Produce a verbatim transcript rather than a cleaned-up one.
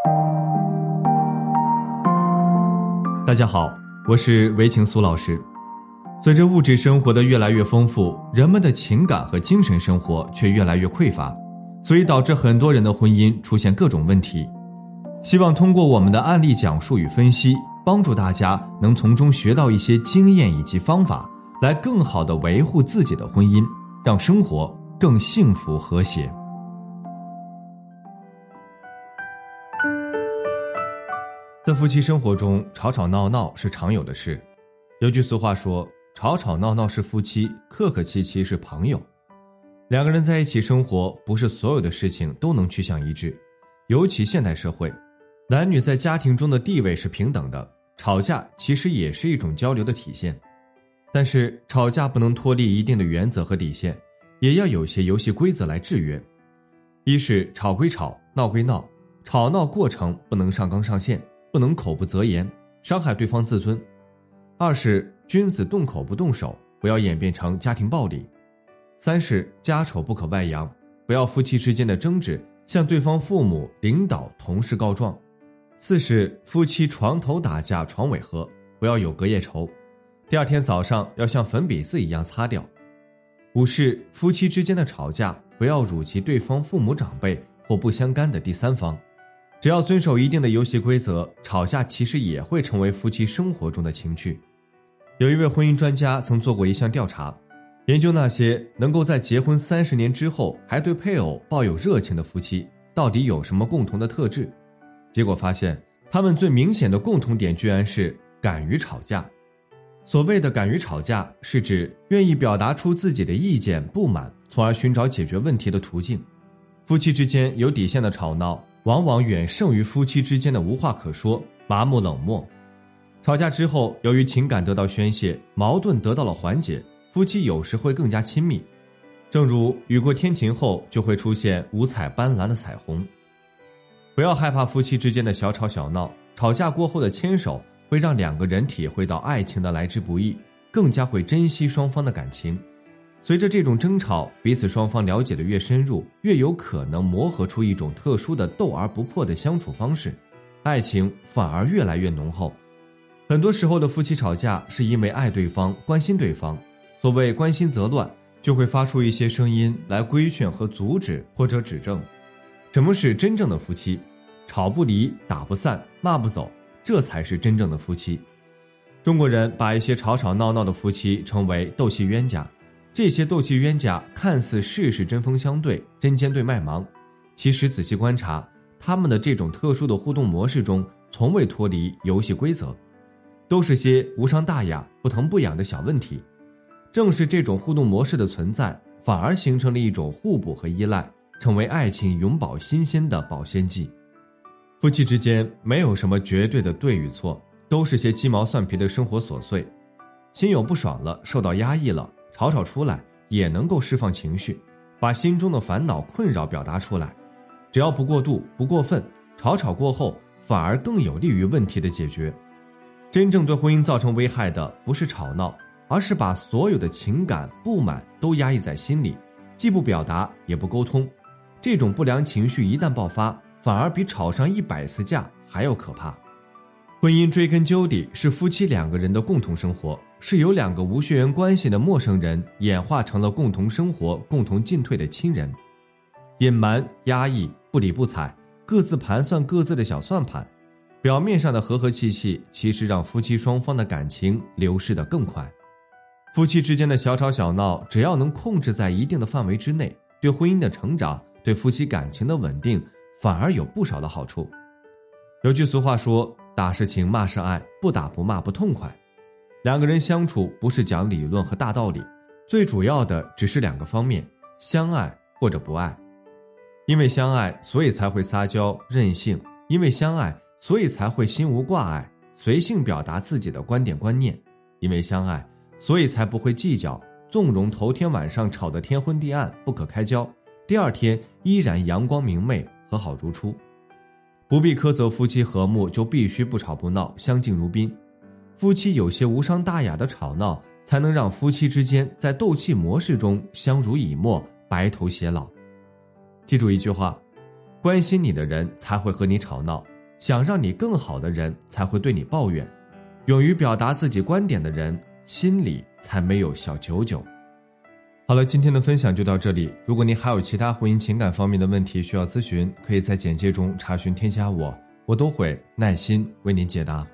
大家好，我是韦晴苏老师。随着物质生活的越来越丰富，人们的情感和精神生活却越来越匮乏，所以导致很多人的婚姻出现各种问题。希望通过我们的案例讲述与分析，帮助大家能从中学到一些经验以及方法，来更好地维护自己的婚姻，让生活更幸福和谐。在夫妻生活中，吵吵闹闹是常有的事。有句俗话说，吵吵闹闹是夫妻，客客气气是朋友。两个人在一起生活，不是所有的事情都能趋向一致，尤其现代社会，男女在家庭中的地位是平等的，吵架其实也是一种交流的体现。但是吵架不能脱离一定的原则和底线，也要有些游戏规则来制约。一是吵归吵，闹归闹，吵闹过程不能上纲上线，不能口不择言，伤害对方自尊。二是君子动口不动手，不要演变成家庭暴力。三是家丑不可外扬，不要夫妻之间的争执向对方父母、领导、同事告状。四是夫妻床头打架床尾和，不要有隔夜仇，第二天早上要像粉笔字一样擦掉。五是夫妻之间的吵架，不要辱及对方父母长辈或不相干的第三方。只要遵守一定的游戏规则，吵架其实也会成为夫妻生活中的情趣。有一位婚姻专家曾做过一项调查，研究那些能够在结婚三十年之后还对配偶抱有热情的夫妻到底有什么共同的特质。结果发现，他们最明显的共同点居然是敢于吵架。所谓的敢于吵架，是指愿意表达出自己的意见不满，从而寻找解决问题的途径。夫妻之间有底线的吵闹，往往远胜于夫妻之间的无话可说、麻木冷漠。吵架之后，由于情感得到宣泄，矛盾得到了缓解，夫妻有时会更加亲密。正如雨过天晴后就会出现五彩斑斓的彩虹。不要害怕夫妻之间的小吵小闹，吵架过后的牵手会让两个人体会到爱情的来之不易，更加会珍惜双方的感情。随着这种争吵，彼此双方了解的越深入，越有可能磨合出一种特殊的斗而不破的相处方式，爱情反而越来越浓厚。很多时候的夫妻吵架是因为爱对方、关心对方，所谓关心则乱，就会发出一些声音来规劝和阻止或者指正。什么是真正的夫妻？吵不离，打不散，骂不走，这才是真正的夫妻。中国人把一些吵吵闹闹的夫妻称为斗气冤家，这些斗气冤家看似事事针锋相对、针尖对麦芒，其实仔细观察，他们的这种特殊的互动模式中从未脱离游戏规则，都是些无伤大雅、不疼不痒的小问题。正是这种互动模式的存在，反而形成了一种互补和依赖，成为爱情永葆新鲜的保鲜剂。夫妻之间没有什么绝对的对与错，都是些鸡毛蒜皮的生活琐碎。心有不爽了，受到压抑了，吵吵出来也能够释放情绪，把心中的烦恼困扰表达出来。只要不过度不过分，吵吵过后反而更有利于问题的解决。真正对婚姻造成危害的不是吵闹，而是把所有的情感不满都压抑在心里，既不表达也不沟通。这种不良情绪一旦爆发，反而比吵上一百次架还要可怕。婚姻追根究底是夫妻两个人的共同生活，是由两个无血缘关系的陌生人演化成了共同生活、共同进退的亲人。隐瞒、压抑、不理不睬，各自盘算各自的小算盘，表面上的和和气气，其实让夫妻双方的感情流逝得更快。夫妻之间的小吵小闹，只要能控制在一定的范围之内，对婚姻的成长、对夫妻感情的稳定反而有不少的好处。有句俗话说，打是情，骂是爱，不打不骂不痛快。两个人相处不是讲理论和大道理，最主要的只是两个方面，相爱或者不爱。因为相爱，所以才会撒娇任性，因为相爱，所以才会心无挂碍，随性表达自己的观点观念。因为相爱，所以才不会计较，纵容头天晚上吵得天昏地暗不可开交，第二天依然阳光明媚和好如初。不必苛责夫妻和睦，就必须不吵不闹，相敬如宾。夫妻有些无伤大雅的吵闹，才能让夫妻之间在斗气模式中相濡以沫，白头偕老。记住一句话，关心你的人才会和你吵闹， 想让你更好的人才会对你抱怨，勇于表达自己观点的人心里才没有小九九。好了，今天的分享就到这里。如果您还有其他婚姻情感方面的问题需要咨询，可以在简介中查询添加我，我都会耐心为您解答。